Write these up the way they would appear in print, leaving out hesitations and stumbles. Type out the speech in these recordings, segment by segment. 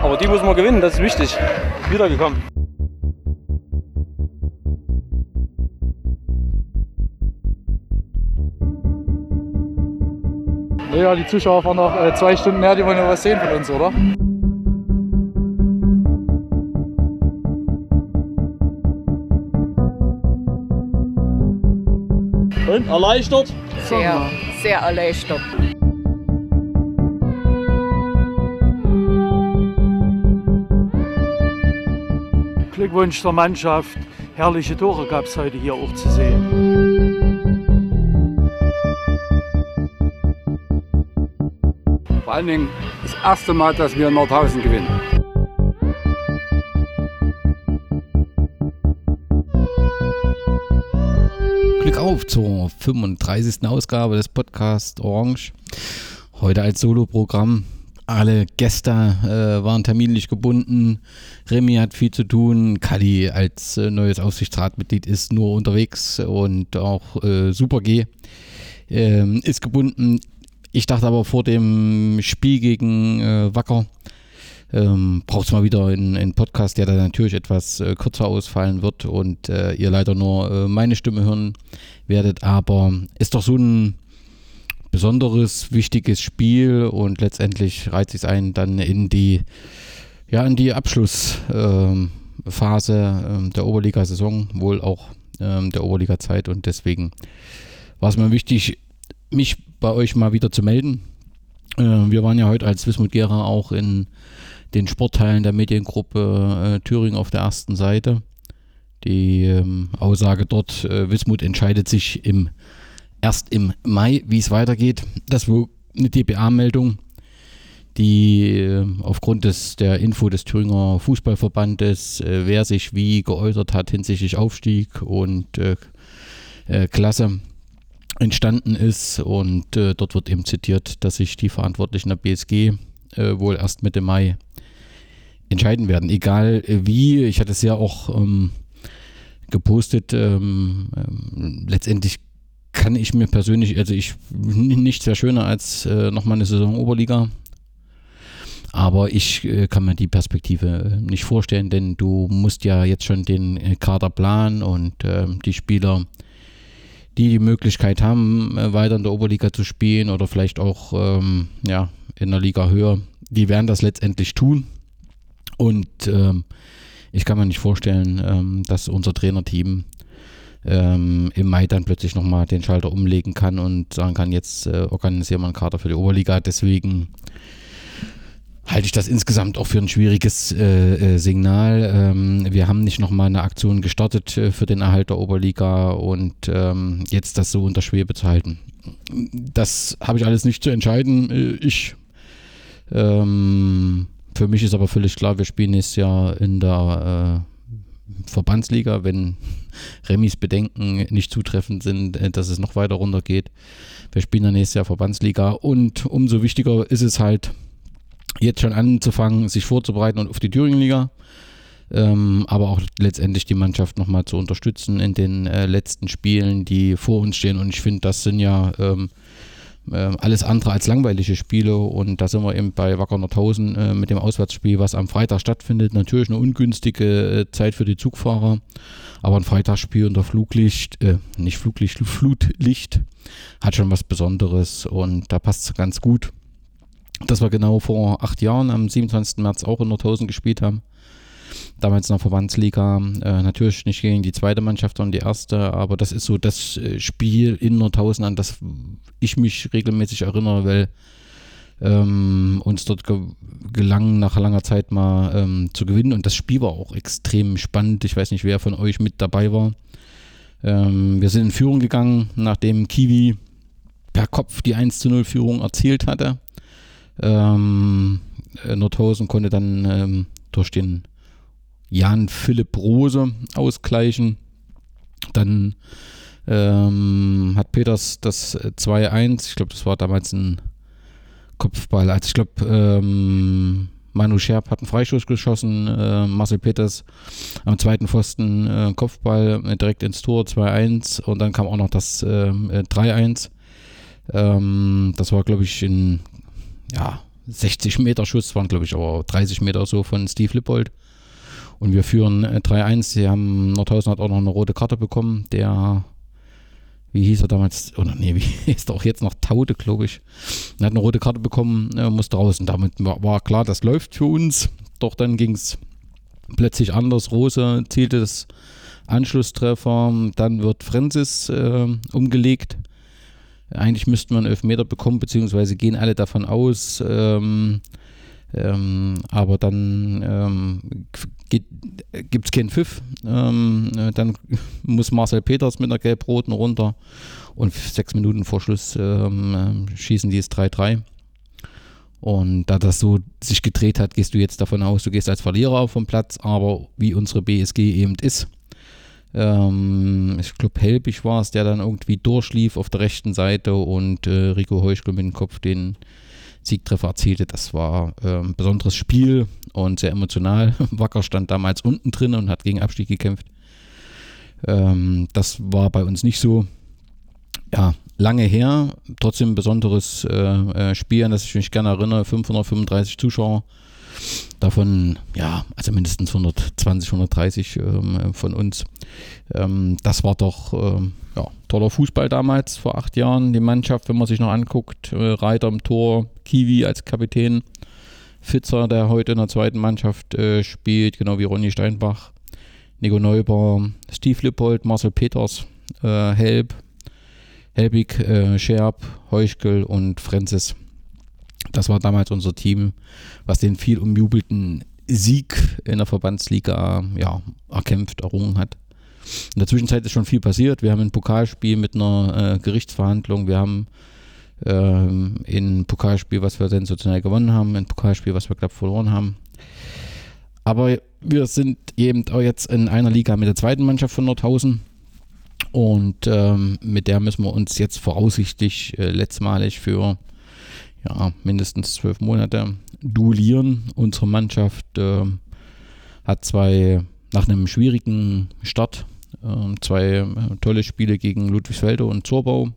Aber die muss man gewinnen, das ist wichtig. Wiedergekommen. Ja, die Zuschauer fahren noch 2 Stunden her, die wollen ja was sehen von uns, oder? Und erleichtert? Sehr, sehr erleichtert. Glückwunsch zur Mannschaft. Herrliche Tore gab es heute hier auch zu sehen. Vor allen Dingen das erste Mal, dass wir in Nordhausen gewinnen. Glück auf zur 35. Ausgabe des Podcasts Orange. Heute als Soloprogramm. Alle Gäste waren terminlich gebunden. Remy hat viel zu tun. Kali als neues Aufsichtsratmitglied ist nur unterwegs und auch Super G ist gebunden. Ich dachte aber vor dem Spiel gegen Wacker braucht es mal wieder einen Podcast, der dann natürlich etwas kürzer ausfallen wird und ihr leider nur meine Stimme hören werdet. Aber ist doch so ein besonderes, wichtiges Spiel und letztendlich reiht es ein dann in die Abschlussphase der Oberliga-Saison, wohl auch der Oberliga-Zeit, und deswegen war es mir wichtig, mich bei euch mal wieder zu melden. Wir waren ja heute als Wismut Gera auch in den Sportteilen der Mediengruppe Thüringen auf der ersten Seite. Die Aussage dort, Wismut entscheidet sich erst im Mai, wie es weitergeht. Das war eine DPA-Meldung, die aufgrund der Info des Thüringer Fußballverbandes, wer sich wie geäußert hat hinsichtlich Aufstieg und Klasse, entstanden ist, und dort wird eben zitiert, dass sich die Verantwortlichen der BSG wohl erst Mitte Mai entscheiden werden. Egal wie, ich hatte es ja auch gepostet, letztendlich kann ich mir persönlich, also nichts wäre schöner als nochmal eine Saison Oberliga, aber ich kann mir die Perspektive nicht vorstellen, denn du musst ja jetzt schon den Kader planen und die Spieler, die Möglichkeit haben, weiter in der Oberliga zu spielen oder vielleicht auch in der Liga höher, die werden das letztendlich tun. Und ich kann mir nicht vorstellen, dass unser Trainerteam im Mai dann plötzlich nochmal den Schalter umlegen kann und sagen kann, jetzt organisieren wir einen Kader für die Oberliga. Deswegen halte ich das insgesamt auch für ein schwieriges Signal. Wir haben nicht nochmal eine Aktion gestartet für den Erhalt der Oberliga und jetzt das so unter Schwebe zu halten. Das habe ich alles nicht zu entscheiden. Für mich ist aber völlig klar, wir spielen nächstes Jahr in der Verbandsliga, wenn Remys Bedenken nicht zutreffend sind, dass es noch weiter runter geht. Wir spielen dann nächstes Jahr Verbandsliga, und umso wichtiger ist es halt, jetzt schon anzufangen, sich vorzubereiten und auf die Thüringenliga, aber auch letztendlich die Mannschaft nochmal zu unterstützen in den letzten Spielen, die vor uns stehen. Und ich finde, das sind ja alles andere als langweilige Spiele, und da sind wir eben bei Wacker Nordhausen mit dem Auswärtsspiel, was am Freitag stattfindet. Natürlich eine ungünstige Zeit für die Zugfahrer, aber ein Freitagsspiel unter Flutlicht hat schon was Besonderes, und da passt es ganz gut, dass wir genau vor 8 Jahren am 27. März auch in Nordhausen gespielt haben. Damals in der Verbandsliga, natürlich nicht gegen die zweite Mannschaft, sondern die erste, aber das ist so das Spiel in Nordhausen, an das ich mich regelmäßig erinnere, weil uns dort gelang, nach langer Zeit mal zu gewinnen, und das Spiel war auch extrem spannend. Ich weiß nicht, wer von euch mit dabei war. Wir sind in Führung gegangen, nachdem Kiwi per Kopf die 1:0 Führung erzielt hatte. Nordhausen konnte dann durch den Jan Philipp Rose ausgleichen. Dann hat Peters das 2:1, ich glaube, das war damals ein Kopfball. Also ich glaube, Manu Scherb hat einen Freistoß geschossen, Marcel Peters am zweiten Pfosten Kopfball direkt ins Tor, 2:1, und dann kam auch noch das 3:1. Das war, glaube ich, in 60 Meter Schuss, waren glaube ich aber 30 Meter so von Steve Lippold. Und wir führen 3-1. Nordhausen hat auch noch eine rote Karte bekommen. Wie hieß er damals? Oder nee, wie ist er auch jetzt noch? Taude, glaube ich. Er hat eine rote Karte bekommen, musste raus. Und damit war klar, das läuft für uns. Doch dann ging es plötzlich anders. Rose zielte das Anschlusstreffer. Dann wird Francis umgelegt. Eigentlich müssten wir einen Elfmeter bekommen, beziehungsweise gehen alle davon aus. Aber dann gibt es keinen Pfiff. Dann muss Marcel Peters mit einer Gelb-Roten runter und 6 Minuten vor Schluss schießen die es 3-3. Und da das so sich gedreht hat, gehst du jetzt davon aus, du gehst als Verlierer vom Platz, aber wie unsere BSG eben ist. Ich glaube, Helbig war es, der dann irgendwie durchlief auf der rechten Seite und Rico Heuschkel mit dem Kopf den Siegtreffer erzielte. Das war ein besonderes Spiel und sehr emotional. Wacker stand damals unten drin und hat gegen Abstieg gekämpft. Das war bei uns nicht so. Ja, lange her, trotzdem ein besonderes Spiel, an das ich mich gerne erinnere. 535 Zuschauer, davon ja, also mindestens 120, 130 von uns. Das war doch toller Fußball damals, vor 8 Jahren. Die Mannschaft, wenn man sich noch anguckt, Reiter im Tor, Kiwi als Kapitän, Fitzer, der heute in der zweiten Mannschaft spielt, genau wie Ronny Steinbach, Nico Neuber, Steve Lippold, Marcel Peters, Helbig, Scherb, Heuschkel und Francis. Das war damals unser Team, was den viel umjubelten Sieg in der Verbandsliga erkämpft, errungen hat. In der Zwischenzeit ist schon viel passiert. Wir haben ein Pokalspiel mit einer Gerichtsverhandlung. Wir haben ein Pokalspiel, was wir sensationell gewonnen haben, ein Pokalspiel, was wir knapp verloren haben. Aber wir sind eben auch jetzt in einer Liga mit der zweiten Mannschaft von Nordhausen. Und mit der müssen wir uns jetzt voraussichtlich letztmalig für mindestens 12 Monate duellieren. Unsere Mannschaft hat nach einem schwierigen Start 2 tolle Spiele gegen Ludwigsfelde und Zorbau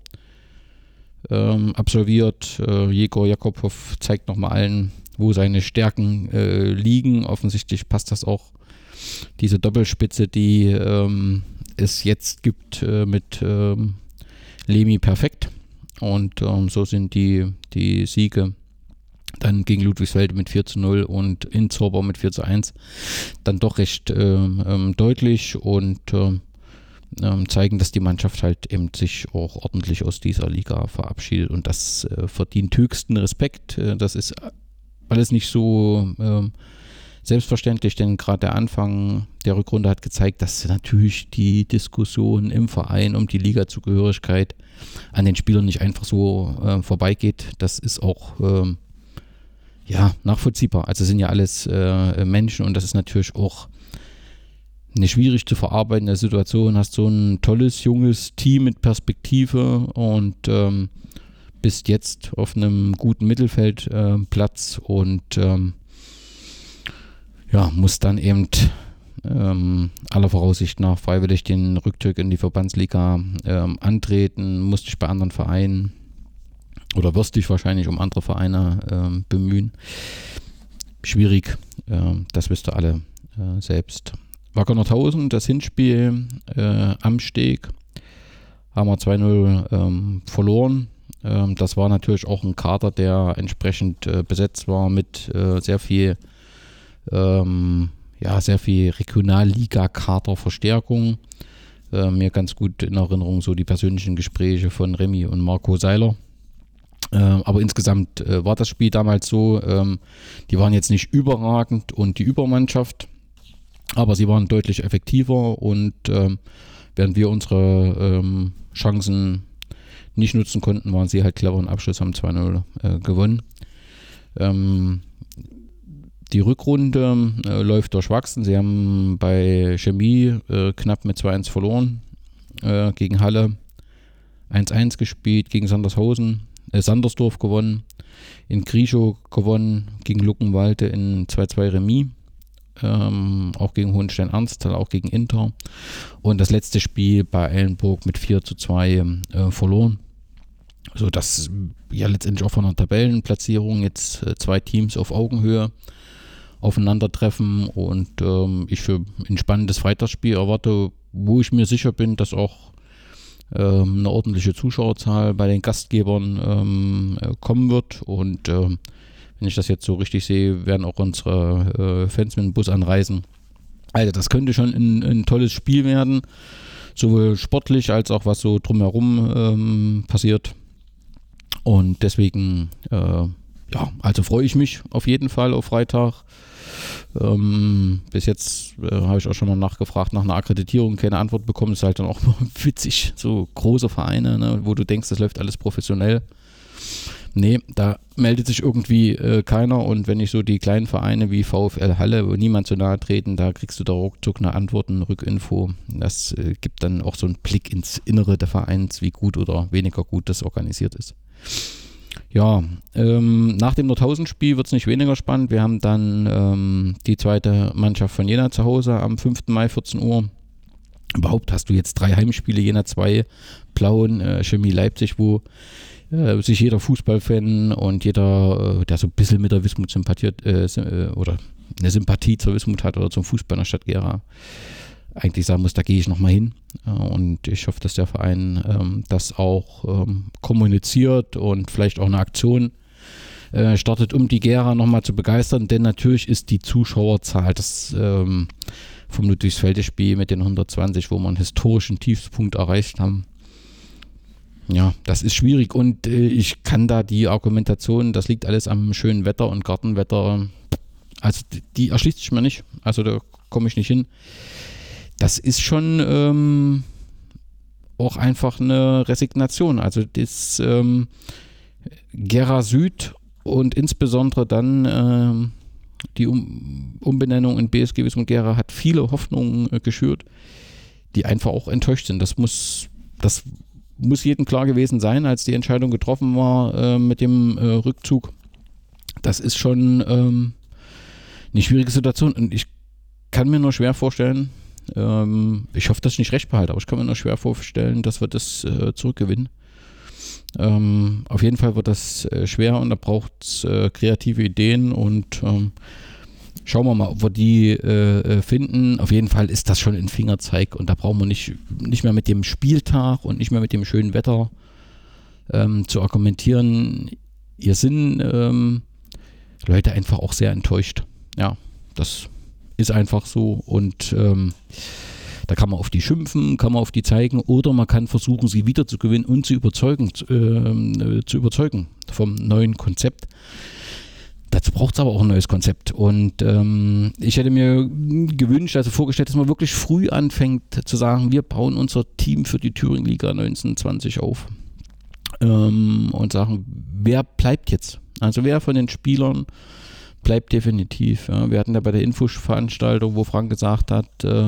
absolviert. Jegor Jakobhoff zeigt nochmal allen, wo seine Stärken liegen. Offensichtlich passt das auch, diese Doppelspitze, die es jetzt gibt, mit Lemi perfekt. Und so sind die Siege dann gegen Ludwigsfelde mit 4-0 und in Zorbau mit 4-1 dann doch recht deutlich und zeigen, dass die Mannschaft halt eben sich auch ordentlich aus dieser Liga verabschiedet, und das verdient höchsten Respekt. Das ist alles nicht so selbstverständlich, denn gerade der Anfang der Rückrunde hat gezeigt, dass natürlich die Diskussion im Verein um die Ligazugehörigkeit an den Spielern nicht einfach so vorbeigeht. Das ist auch nachvollziehbar. Also sind ja alles Menschen, und das ist natürlich auch eine schwierig zu verarbeitende Situation. Hast so ein tolles, junges Team mit Perspektive und bist jetzt auf einem guten Mittelfeldplatz und muss dann eben aller Voraussicht nach freiwillig den Rücktritt in die Verbandsliga antreten, musst dich bei anderen Vereinen oder wirst dich wahrscheinlich um andere Vereine bemühen. Schwierig, das wisst ihr alle selbst. Wacker Nordhausen, das Hinspiel am Steg, haben wir 2-0 verloren. Das war natürlich auch ein Kader, der entsprechend besetzt war mit sehr viel Regionalliga-Kaderverstärkung. Mir ganz gut in Erinnerung so die persönlichen Gespräche von Remy und Marco Seiler. Aber insgesamt war das Spiel damals so, die waren jetzt nicht überragend und die Übermannschaft, aber sie waren deutlich effektiver, und während wir unsere Chancen nicht nutzen konnten, waren sie halt clever im Abschluss, haben 2-0 gewonnen. Die Rückrunde läuft durchwachsen. Sie haben bei Chemie knapp mit 2-1 verloren, gegen Halle 1-1 gespielt, gegen Sandersdorf gewonnen, in Grieschow gewonnen, gegen Luckenwalde in 2-2 Remis, auch gegen Hohenstein-Ernsthal, auch gegen Inter, und das letzte Spiel bei Eilenburg mit 4-2 verloren. sodass ja letztendlich auch von der Tabellenplatzierung jetzt 2 Teams auf Augenhöhe aufeinandertreffen und ich für ein spannendes Freitagsspiel erwarte, wo ich mir sicher bin, dass auch eine ordentliche Zuschauerzahl bei den Gastgebern kommen wird und wenn ich das jetzt so richtig sehe, werden auch unsere Fans mit dem Bus anreisen. Also das könnte schon ein tolles Spiel werden, sowohl sportlich als auch was so drumherum passiert. Und deswegen, also freue ich mich auf jeden Fall auf Freitag. Bis jetzt habe ich auch schon mal nachgefragt nach einer Akkreditierung, keine Antwort bekommen. Ist halt dann auch witzig, so große Vereine, ne, wo du denkst, das läuft alles professionell. Nee, da meldet sich irgendwie keiner und wenn ich so die kleinen Vereine wie VfL Halle, wo niemand so nahe treten, da kriegst du da ruckzuck eine Antwort, eine Rückinfo. Das gibt dann auch so einen Blick ins Innere der Vereins, wie gut oder weniger gut das organisiert ist. Ja, nach dem Nordhausen-Spiel wird es nicht weniger spannend. Wir haben dann die zweite Mannschaft von Jena zu Hause am 5. Mai 14 Uhr. Überhaupt hast du jetzt 3 Heimspiele, Jena 2, Plauen, Chemie Leipzig, wo sich jeder Fußballfan und jeder, der so ein bisschen mit der Wismut sympathiert oder eine Sympathie zur Wismut hat oder zum Fußball in der Stadt Gera, eigentlich sagen muss, da gehe ich nochmal hin. Und ich hoffe, dass der Verein das auch kommuniziert und vielleicht auch eine Aktion startet, um die Gera nochmal zu begeistern. Denn natürlich ist die Zuschauerzahl vom Ludwigsfelde-Spiel mit den 120, wo wir einen historischen Tiefpunkt erreicht haben, ja, das ist schwierig und ich kann da die Argumentation, das liegt alles am schönen Wetter und Gartenwetter, also die erschließt sich mir nicht, also da komme ich nicht hin. Das ist schon auch einfach eine Resignation, also das Gera Süd und insbesondere dann die Umbenennung in BSG Wismut Gera hat viele Hoffnungen geschürt, die einfach auch enttäuscht sind. Das muss jedem klar gewesen sein, als die Entscheidung getroffen war mit dem Rückzug. Das ist schon eine schwierige Situation und ich kann mir nur schwer vorstellen, ich hoffe, dass ich nicht recht behalte, aber ich kann mir nur schwer vorstellen, dass wir das zurückgewinnen. Auf jeden Fall wird das schwer und da braucht es kreative Ideen und schauen wir mal, ob wir die finden. Auf jeden Fall ist das schon ein Fingerzeig und da brauchen wir nicht mehr mit dem Spieltag und nicht mehr mit dem schönen Wetter zu argumentieren. Hier sind Leute einfach auch sehr enttäuscht. Ja, das ist einfach so und da kann man auf die schimpfen, kann man auf die zeigen oder man kann versuchen, sie wieder zu gewinnen und zu überzeugen vom neuen Konzept. Dazu braucht es aber auch ein neues Konzept und ich hätte mir gewünscht, also vorgestellt, dass man wirklich früh anfängt zu sagen, wir bauen unser Team für die Thüringen-Liga 1920 auf und sagen, wer bleibt jetzt? Also wer von den Spielern bleibt definitiv. Ja. Wir hatten ja bei der Infoveranstaltung, wo Frank gesagt hat,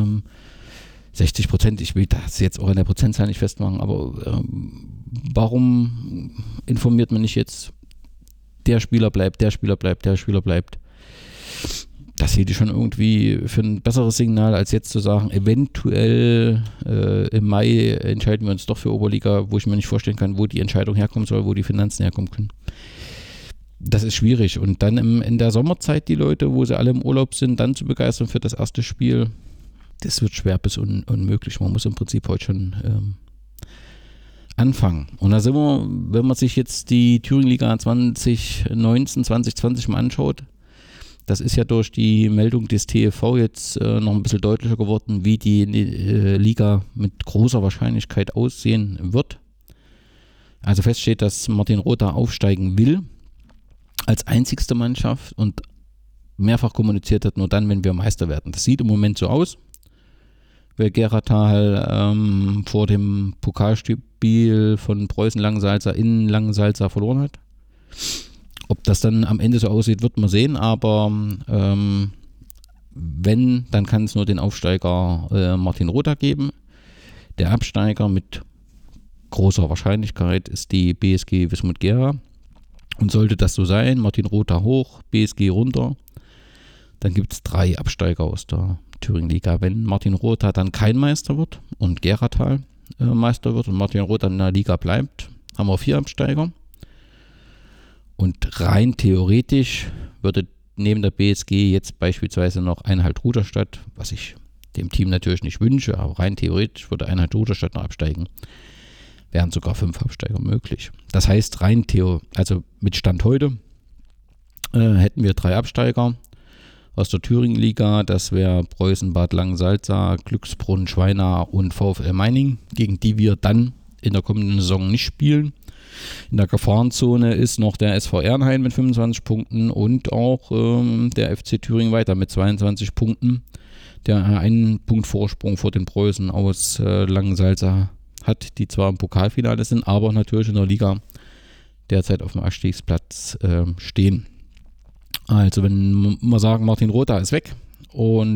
60%, ich will das jetzt auch in der Prozentzahl nicht festmachen, aber warum informiert man nicht jetzt, der Spieler bleibt, der Spieler bleibt, der Spieler bleibt? Das hielt ich schon irgendwie für ein besseres Signal, als jetzt zu sagen, eventuell im Mai entscheiden wir uns doch für Oberliga, wo ich mir nicht vorstellen kann, wo die Entscheidung herkommen soll, wo die Finanzen herkommen können. Das ist schwierig. Und dann in der Sommerzeit die Leute, wo sie alle im Urlaub sind, dann zu begeistern für das erste Spiel, das wird schwer bis unmöglich. Man muss im Prinzip heute schon anfangen. Und da sind wir, wenn man sich jetzt die Thüringen-Liga 2019, 2020 mal anschaut, das ist ja durch die Meldung des TFV jetzt noch ein bisschen deutlicher geworden, wie die Liga mit großer Wahrscheinlichkeit aussehen wird. Also feststeht, dass Martin Roth da aufsteigen will, als einzigste Mannschaft und mehrfach kommuniziert hat, nur dann, wenn wir Meister werden. Das sieht im Moment so aus, weil Geratal vor dem Pokalspiel von Preußen Langensalza in Langensalza verloren hat. Ob das dann am Ende so aussieht, wird man sehen, aber wenn, dann kann es nur den Aufsteiger Martin Rother geben. Der Absteiger mit großer Wahrscheinlichkeit ist die BSG Wismut Gera. Und sollte das so sein, Martin Rother hoch, BSG runter, dann gibt es 3 Absteiger aus der Thüringen-Liga. Wenn Martin Rother dann kein Meister wird und Geratal Meister wird und Martin Rother in der Liga bleibt, haben wir 4 Absteiger. Und rein theoretisch würde neben der BSG jetzt beispielsweise noch Einheit Rudolstadt, was ich dem Team natürlich nicht wünsche, aber rein theoretisch würde Einheit Rudolstadt noch absteigen. Wären sogar 5 Absteiger möglich. Das heißt, also mit Stand heute hätten wir 3 Absteiger aus der Thüringen-Liga. Das wäre Preußen, Bad Langensalza, Glücksbrunn, Schweina und VfL Meiningen, gegen die wir dann in der kommenden Saison nicht spielen. In der Gefahrenzone ist noch der SV Ehrenhain mit 25 Punkten und auch der FC Thüringen weiter mit 22 Punkten, der einen Punkt Vorsprung vor den Preußen aus Langensalza hat, die zwar im Pokalfinale sind, aber natürlich in der Liga derzeit auf dem Abstiegsplatz stehen. Also wenn wir sagen, Martin Rotha ist weg und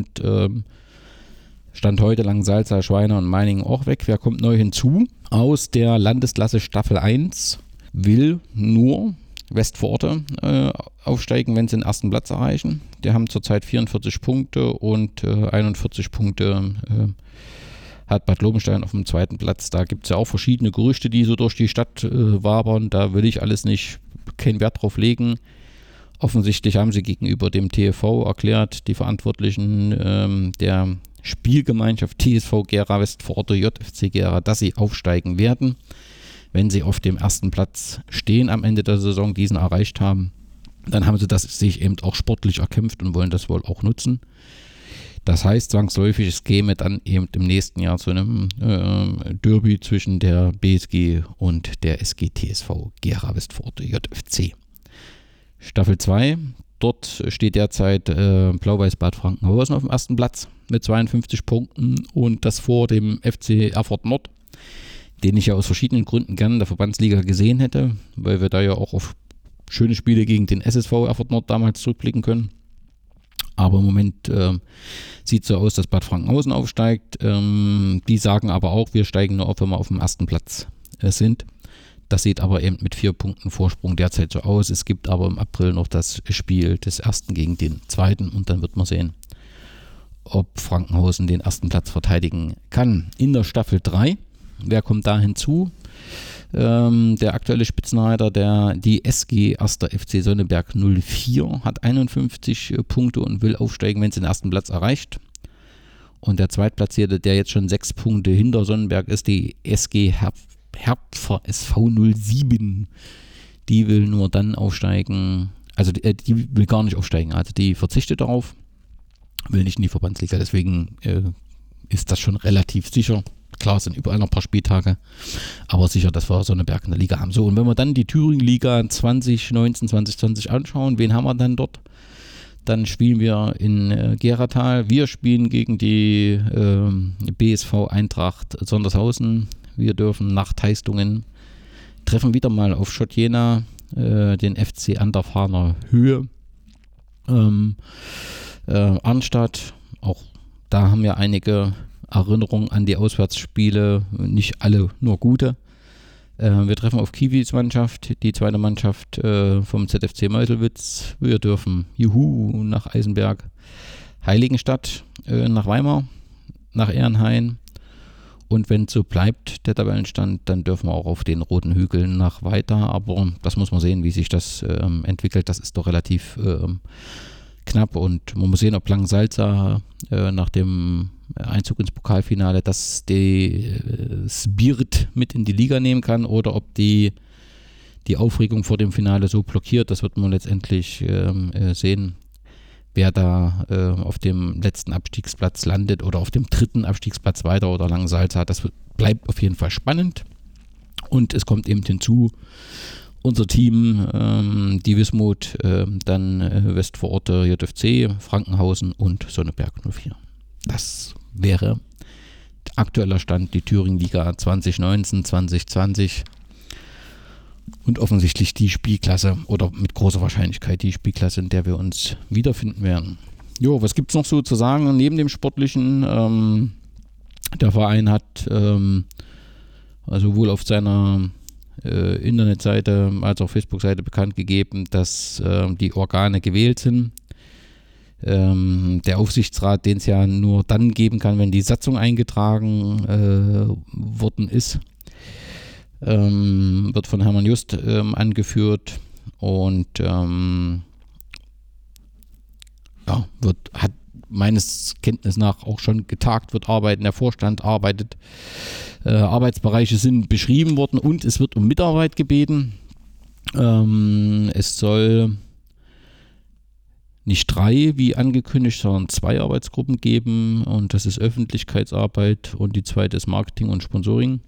Stand heute Langensalza, Schweina und Meiningen auch weg. Wer kommt neu hinzu? Aus der Landesklasse Staffel 1 will nur Westforte aufsteigen, wenn sie den ersten Platz erreichen. Die haben zurzeit 44 Punkte und 41 Punkte hat Bad Lobenstein auf dem zweiten Platz. Da gibt es ja auch verschiedene Gerüchte, die so durch die Stadt wabern. Da will ich alles nicht, keinen Wert drauf legen. Offensichtlich haben sie gegenüber dem TFV erklärt, die Verantwortlichen der Spielgemeinschaft TSV Gera Westforte, JFC Gera, dass sie aufsteigen werden, wenn sie auf dem ersten Platz stehen am Ende der Saison, diesen erreicht haben. Dann haben sie das sich eben auch sportlich erkämpft und wollen das wohl auch nutzen. Das heißt zwangsläufig, es käme dann eben im nächsten Jahr zu einem Derby zwischen der BSG und der SG TSV Gera Westforte, JFC. Staffel 2, dort steht derzeit Blau-Weiß Bad Frankenhausen auf dem ersten Platz mit 52 Punkten und das vor dem FC Erfurt Nord, den ich ja aus verschiedenen Gründen gerne in der Verbandsliga gesehen hätte, weil wir da ja auch auf schöne Spiele gegen den SSV Erfurt Nord damals zurückblicken können. Aber im Moment sieht es so aus, dass Bad Frankenhausen aufsteigt. Die sagen aber auch, wir steigen nur auf, wenn wir auf dem ersten Platz sind. Das sieht aber eben mit 4 Punkten Vorsprung derzeit so aus. Es gibt aber im April noch das Spiel des ersten gegen den zweiten und dann wird man sehen, ob Frankenhausen den ersten Platz verteidigen kann. In der Staffel 3, wer kommt da hinzu? Der aktuelle Spitzenreiter, die SG 1. FC Sonneberg 04, hat 51 Punkte und will aufsteigen, wenn es den ersten Platz erreicht. Und der Zweitplatzierte, der jetzt schon 6 Punkte hinter Sonnenberg ist, die SG Herpfer SV 07, die will nur dann aufsteigen, also die will gar nicht aufsteigen, also die verzichtet darauf, will nicht in die Verbandsliga, deswegen ist das schon relativ sicher. Klar, es sind überall noch ein paar Spieltage, aber sicher, dass wir Sonneberg in der Liga haben. So, und wenn wir dann die Thüringen-Liga 2019, 2020 anschauen, wen haben wir dann dort? Dann spielen wir in Geratal, wir spielen gegen die BSV Eintracht Sondershausen. Wir dürfen nach Teistungen treffen wieder mal auf Schott Jena, den FC an der Fahner Höhe. Arnstadt, auch da haben wir einige Erinnerungen an die Auswärtsspiele, nicht alle nur gute. Wir treffen auf Kiwis Mannschaft, die zweite Mannschaft vom ZFC Meuselwitz. Wir dürfen nach Eisenberg, Heiligenstadt, nach Weimar, nach Ehrenhain. Und wenn es so bleibt, der Tabellenstand, dann dürfen wir auch auf den Roten Hügeln nach weiter. Aber das muss man sehen, wie sich das entwickelt. Das ist doch relativ knapp. Und man muss sehen, ob Langensalza nach dem Einzug ins Pokalfinale das Spirit mit in die Liga nehmen kann oder ob die Aufregung vor dem Finale so blockiert. Das wird man letztendlich sehen, wer da auf dem letzten Abstiegsplatz landet oder auf dem dritten Abstiegsplatz weiter oder Langensalza. Das bleibt auf jeden Fall spannend. Und es kommt eben hinzu, unser Team, die Wismut, dann Westforte, JFC, Frankenhausen und Sonneberg 04. Das wäre aktueller Stand, die Thüringen-Liga 2019, 2020 und offensichtlich die Spielklasse oder mit großer Wahrscheinlichkeit die Spielklasse, in der wir uns wiederfinden werden. Jo, was gibt es noch so zu sagen neben dem Sportlichen? Der Verein hat sowohl auf seiner Internetseite als auch Facebook-Seite bekannt gegeben, dass die Organe gewählt sind. Der Aufsichtsrat, den es ja nur dann geben kann, wenn die Satzung eingetragen worden ist. wird von Hermann Just angeführt und hat meines Kenntnisses nach auch schon getagt, wird arbeiten, der Vorstand arbeitet, Arbeitsbereiche sind beschrieben worden und es wird um Mitarbeit gebeten. Es soll nicht 3 wie angekündigt, sondern 2 Arbeitsgruppen geben und das ist Öffentlichkeitsarbeit und die zweite ist Marketing und Sponsoring.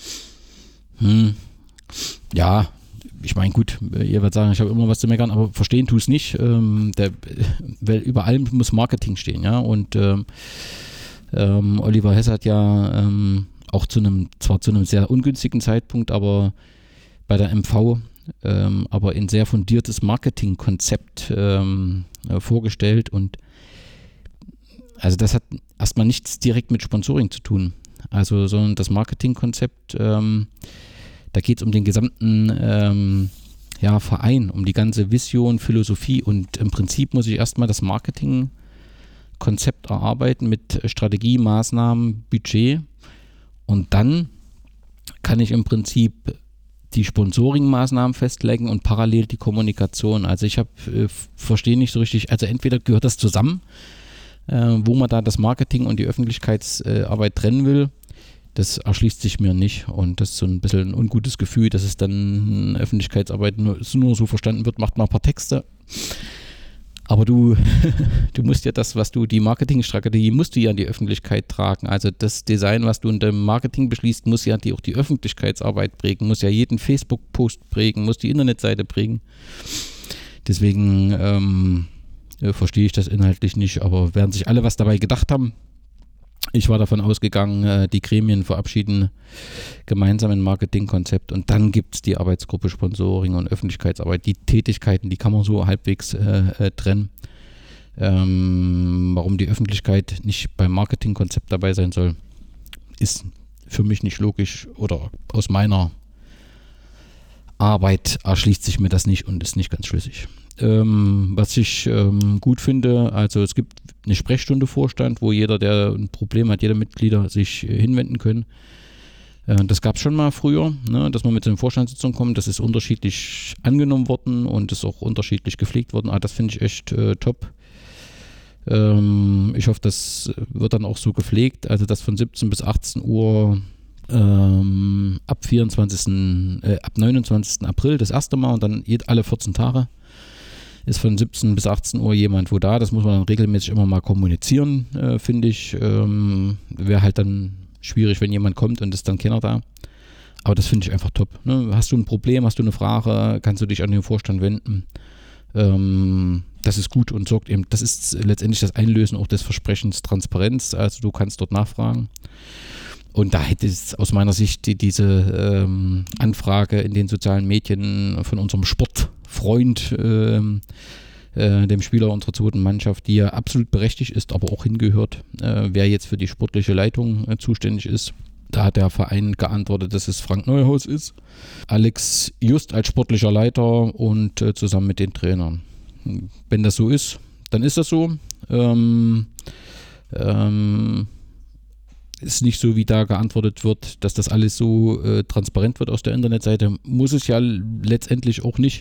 Ja, ich meine, gut, ihr werdet sagen, ich habe immer was zu meckern, aber verstehen tu es nicht, weil über allem muss Marketing stehen, ja, und Oliver Hess hat ja auch zwar zu einem sehr ungünstigen Zeitpunkt, aber bei der MV aber ein sehr fundiertes Marketingkonzept vorgestellt und also das hat erstmal nichts direkt mit Sponsoring zu tun, also sondern das Marketingkonzept, da geht es um den gesamten Verein, um die ganze Vision, Philosophie und im Prinzip muss ich erstmal das Marketingkonzept erarbeiten mit Strategie, Maßnahmen, Budget und dann kann ich im Prinzip die Sponsoring-Maßnahmen festlegen und parallel die Kommunikation. Also ich verstehe nicht so richtig, also entweder gehört das zusammen, wo man da das Marketing und die Öffentlichkeitsarbeit trennen will. Das erschließt sich mir nicht und das ist so ein bisschen ein ungutes Gefühl, dass es dann Öffentlichkeitsarbeit nur so verstanden wird, macht mal ein paar Texte. Aber du musst ja die Marketingstrategie musst du ja in die Öffentlichkeit tragen. Also das Design, was du in dem Marketing beschließt, muss ja auch die Öffentlichkeitsarbeit prägen, muss ja jeden Facebook-Post prägen, muss die Internetseite prägen. Deswegen verstehe ich das inhaltlich nicht, aber werden sich alle was dabei gedacht haben. Ich war davon ausgegangen, die Gremien verabschieden gemeinsam ein Marketingkonzept und dann gibt es die Arbeitsgruppe Sponsoring und Öffentlichkeitsarbeit. Die Tätigkeiten, die kann man so halbwegs trennen. Warum die Öffentlichkeit nicht beim Marketingkonzept dabei sein soll, ist für mich nicht logisch oder aus meiner Arbeit erschließt sich mir das nicht und ist nicht ganz schlüssig. Was ich gut finde, also es gibt eine Sprechstunde Vorstand, wo jeder, der ein Problem hat, jeder Mitglieder sich hinwenden können. Das gab es schon mal früher, ne, dass man mit so einer Vorstandssitzung kommt. Das ist unterschiedlich angenommen worden und ist auch unterschiedlich gepflegt worden. Das finde ich echt top. Ich hoffe, das wird dann auch so gepflegt. Also das von 17 bis 18 Uhr ab 29. April das erste Mal und dann alle 14 Tage. Ist von 17 bis 18 Uhr jemand wo da. Das muss man dann regelmäßig immer mal kommunizieren, finde ich. Wäre halt dann schwierig, wenn jemand kommt und ist dann keiner da. Aber das finde ich einfach top. Ne? Hast du ein Problem, hast du eine Frage, kannst du dich an den Vorstand wenden. Das ist gut und sorgt eben, das ist letztendlich das Einlösen auch des Versprechens Transparenz. Also du kannst dort nachfragen. Und da hätte es aus meiner Sicht diese Anfrage in den sozialen Medien von unserem Sportfreund, dem Spieler unserer zweiten Mannschaft, die ja absolut berechtigt ist, aber auch hingehört, wer jetzt für die sportliche Leitung zuständig ist. Da hat der Verein geantwortet, dass es Frank Neuhaus ist. Alex Just als sportlicher Leiter und zusammen mit den Trainern. Wenn das so ist, dann ist das so. Ist nicht so, wie da geantwortet wird, dass das alles so transparent wird aus der Internetseite. Muss es ja letztendlich auch nicht.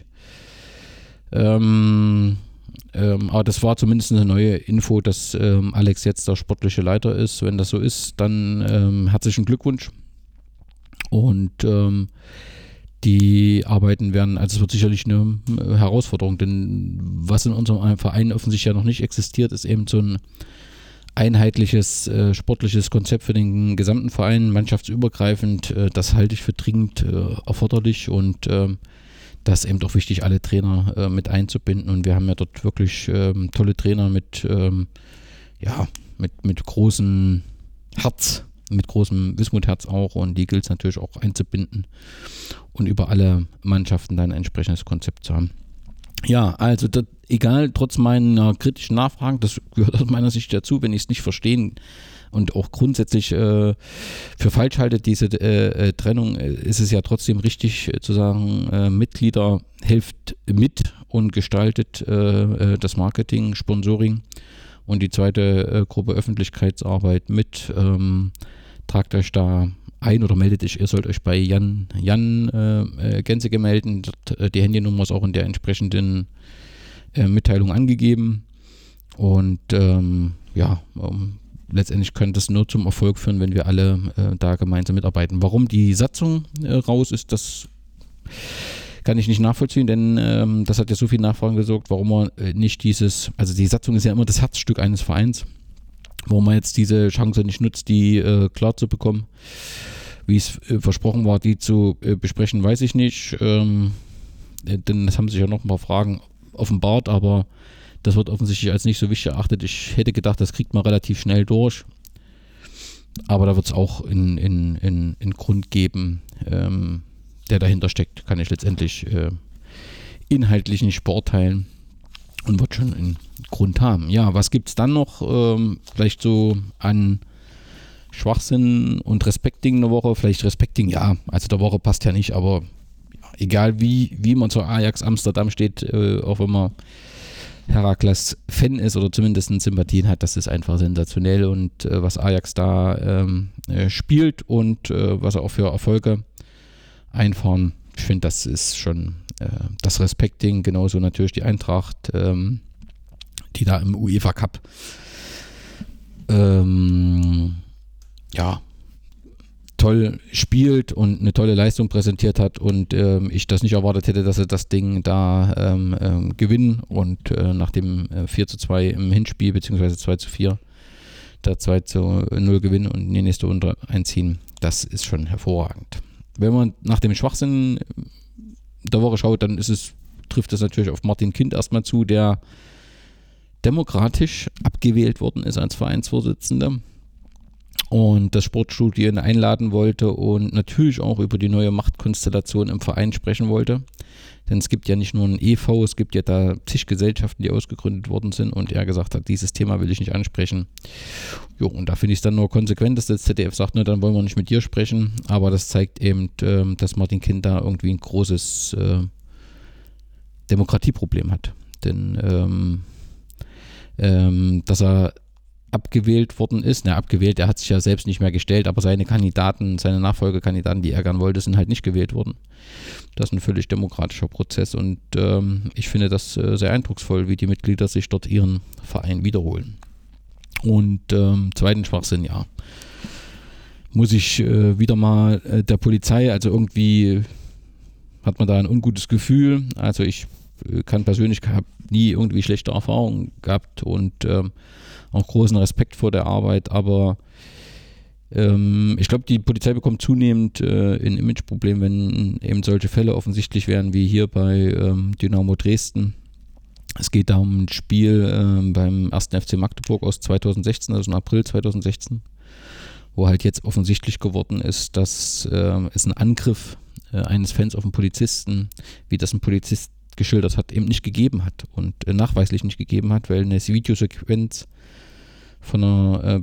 Aber das war zumindest eine neue Info, dass Alex jetzt der sportliche Leiter ist. Wenn das so ist, dann herzlichen Glückwunsch. Und die Arbeiten werden, also es wird sicherlich eine Herausforderung, denn was in unserem Verein offensichtlich ja noch nicht existiert, ist eben so ein einheitliches sportliches Konzept für den gesamten Verein, mannschaftsübergreifend. Das halte ich für dringend erforderlich und das ist eben auch wichtig, alle Trainer mit einzubinden. Und wir haben ja dort wirklich tolle Trainer mit großem Herz, mit großem Wismut-Herz auch. Und die gilt es natürlich auch einzubinden und über alle Mannschaften dann ein entsprechendes Konzept zu haben. Ja, also egal, trotz meiner kritischen Nachfragen, das gehört aus meiner Sicht dazu, wenn ich es nicht verstehen und auch grundsätzlich für falsch halte, diese Trennung, ist es ja trotzdem richtig zu sagen, Mitglieder helft mit und gestaltet das Marketing, Sponsoring und die zweite Gruppe Öffentlichkeitsarbeit mit, tragt euch da ein oder meldet euch, ihr sollt euch bei Jan Gänzige melden. Dort, die Handynummer ist auch in der entsprechenden Mitteilung angegeben. Und letztendlich kann das nur zum Erfolg führen, wenn wir alle da gemeinsam mitarbeiten. Warum die Satzung raus ist, das kann ich nicht nachvollziehen, denn das hat ja so viel Nachfragen gesorgt, warum man nicht also die Satzung ist ja immer das Herzstück eines Vereins, warum man jetzt diese Chance nicht nutzt, die klar zu bekommen. Wie es versprochen war, die zu besprechen, weiß ich nicht, denn es haben sich ja noch ein paar Fragen offenbart, aber das wird offensichtlich als nicht so wichtig erachtet. Ich hätte gedacht, das kriegt man relativ schnell durch. Aber da wird es auch einen Grund geben, der dahinter steckt. Kann ich letztendlich inhaltlich nicht beurteilen und wird schon einen Grund haben. Ja, was gibt es dann noch? Vielleicht so an Schwachsinn und Respektding eine Woche. Vielleicht Respektding, ja. Also der Woche passt ja nicht, aber ja, egal wie man zur Ajax Amsterdam steht, auch wenn man Herakles Fan ist oder zumindest Sympathien hat, das ist einfach sensationell und was Ajax da spielt und was er auch für Erfolge einfahren, ich finde, das ist schon das Respektding, genauso natürlich die Eintracht, die da im UEFA Cup toll spielt und eine tolle Leistung präsentiert hat und ich das nicht erwartet hätte, dass sie das Ding da gewinnen und nach dem 4:2 im Hinspiel beziehungsweise 2:4 da 2:0 gewinnen und in die nächste Runde einziehen, das ist schon hervorragend. Wenn man nach dem Schwachsinn der Woche schaut, dann trifft es natürlich auf Martin Kind erstmal zu, der demokratisch abgewählt worden ist als Vereinsvorsitzender und das Sportstudio einladen wollte und natürlich auch über die neue Machtkonstellation im Verein sprechen wollte. Denn es gibt ja nicht nur ein e.V., es gibt ja da zig Gesellschaften, die ausgegründet worden sind und er gesagt hat, dieses Thema will ich nicht ansprechen. Jo, und da finde ich es dann nur konsequent, dass das ZDF sagt, ne, dann wollen wir nicht mit dir sprechen, aber das zeigt eben, dass Martin Kind da irgendwie ein großes Demokratieproblem hat. Denn dass er abgewählt worden ist, er hat sich ja selbst nicht mehr gestellt, aber seine Nachfolgekandidaten, die er gern wollte, sind halt nicht gewählt worden. Das ist ein völlig demokratischer Prozess und ich finde das sehr eindrucksvoll, wie die Mitglieder sich dort ihren Verein wiederholen. Und zweiten Schwachsinn, ja, muss ich wieder mal der Polizei, also irgendwie hat man da ein ungutes Gefühl, also ich kann persönlich, habe nie irgendwie schlechte Erfahrungen gehabt und auch großen Respekt vor der Arbeit, aber ich glaube, die Polizei bekommt zunehmend ein Imageproblem, wenn eben solche Fälle offensichtlich werden, wie hier bei Dynamo Dresden. Es geht da um ein Spiel beim 1. FC Magdeburg aus 2016, also im April 2016, wo halt jetzt offensichtlich geworden ist, dass es einen Angriff eines Fans auf einen Polizisten, wie das ein Polizist geschildert hat, eben nicht gegeben hat und nachweislich nicht gegeben hat, weil eine Videosequenz von einem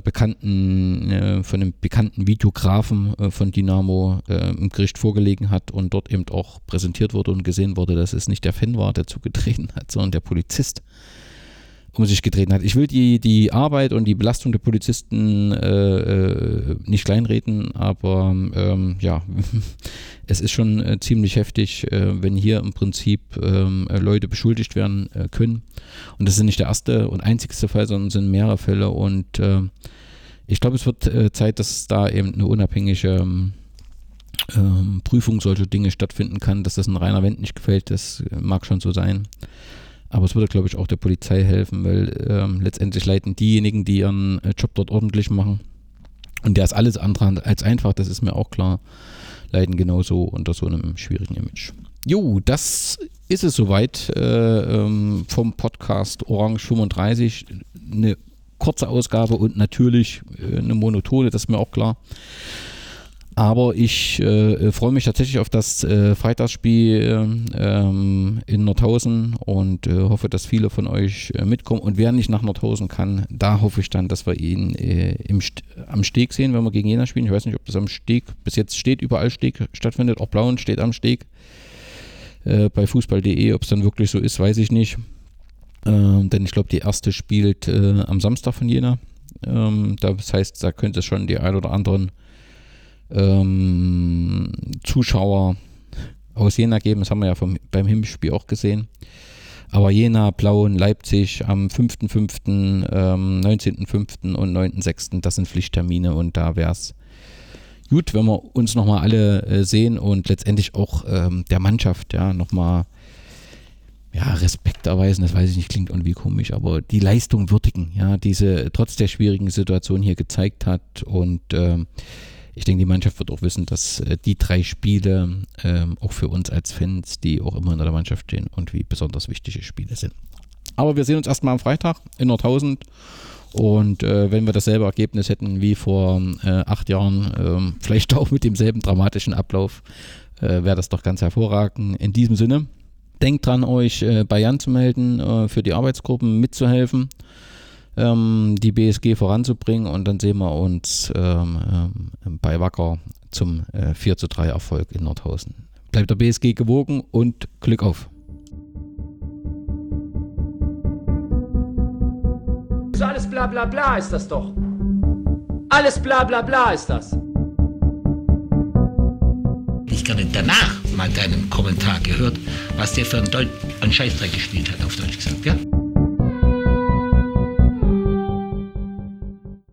bekannten Videografen von Dynamo im Gericht vorgelegen hat und dort eben auch präsentiert wurde und gesehen wurde, dass es nicht der Fan war, der zugetreten hat, sondern der Polizist um sich gedreht hat. Ich will die Arbeit und die Belastung der Polizisten nicht kleinreden, aber es ist schon ziemlich heftig, wenn hier im Prinzip Leute beschuldigt werden können. Und das ist nicht der erste und einzigste Fall, sondern es sind mehrere Fälle. Und ich glaube, es wird Zeit, dass da eben eine unabhängige Prüfung solcher Dinge stattfinden kann. Dass das ein reiner Wendt nicht gefällt, das mag schon so sein. Aber es würde, glaube ich, auch der Polizei helfen, weil letztendlich leiden diejenigen, die ihren Job dort ordentlich machen, und der ist alles andere als einfach, das ist mir auch klar, leiden genauso unter so einem schwierigen Image. Jo, das ist es soweit vom Podcast Orange 35. Eine kurze Ausgabe und natürlich eine monotone, das ist mir auch klar. Aber ich freue mich tatsächlich auf das Freitagsspiel in Nordhausen und hoffe, dass viele von euch mitkommen. Und wer nicht nach Nordhausen kann, da hoffe ich dann, dass wir ihn am Steg sehen, wenn wir gegen Jena spielen. Ich weiß nicht, ob das am Steg, bis jetzt steht überall Steg stattfindet, auch Blauen steht am Steg. Bei fußball.de, ob es dann wirklich so ist, weiß ich nicht. Denn ich glaube, die erste spielt am Samstag von Jena. Das heißt, da könnte es schon die ein oder anderen Zuschauer aus Jena geben. Das haben wir ja beim Hinspiel auch gesehen. Aber Jena, Plauen, Leipzig am 5.5., 19.5. und 9.6., das sind Pflichttermine und da wäre es gut, wenn wir uns nochmal alle sehen und letztendlich auch der Mannschaft nochmal Respekt erweisen, das weiß ich nicht, klingt irgendwie komisch, aber die Leistung würdigen, diese trotz der schwierigen Situation hier gezeigt hat und ich denke, die Mannschaft wird auch wissen, dass die 3 Spiele auch für uns als Fans, die auch immer in der Mannschaft stehen, irgendwie besonders wichtige Spiele sind. Aber wir sehen uns erstmal am Freitag in Nordhausen und wenn wir dasselbe Ergebnis hätten wie vor 8 Jahren, vielleicht auch mit demselben dramatischen Ablauf, wäre das doch ganz hervorragend. In diesem Sinne, denkt dran, euch bei Jan zu melden, für die Arbeitsgruppen mitzuhelfen, die BSG voranzubringen und dann sehen wir uns bei Wacker zum 4:3 Erfolg in Nordhausen. Bleibt der BSG gewogen und Glück auf! Alles bla bla bla ist das doch. Alles bla bla bla ist das. Ich gerne danach mal deinen Kommentar gehört, was der für einen Scheißdreck gespielt hat, auf Deutsch gesagt, ja?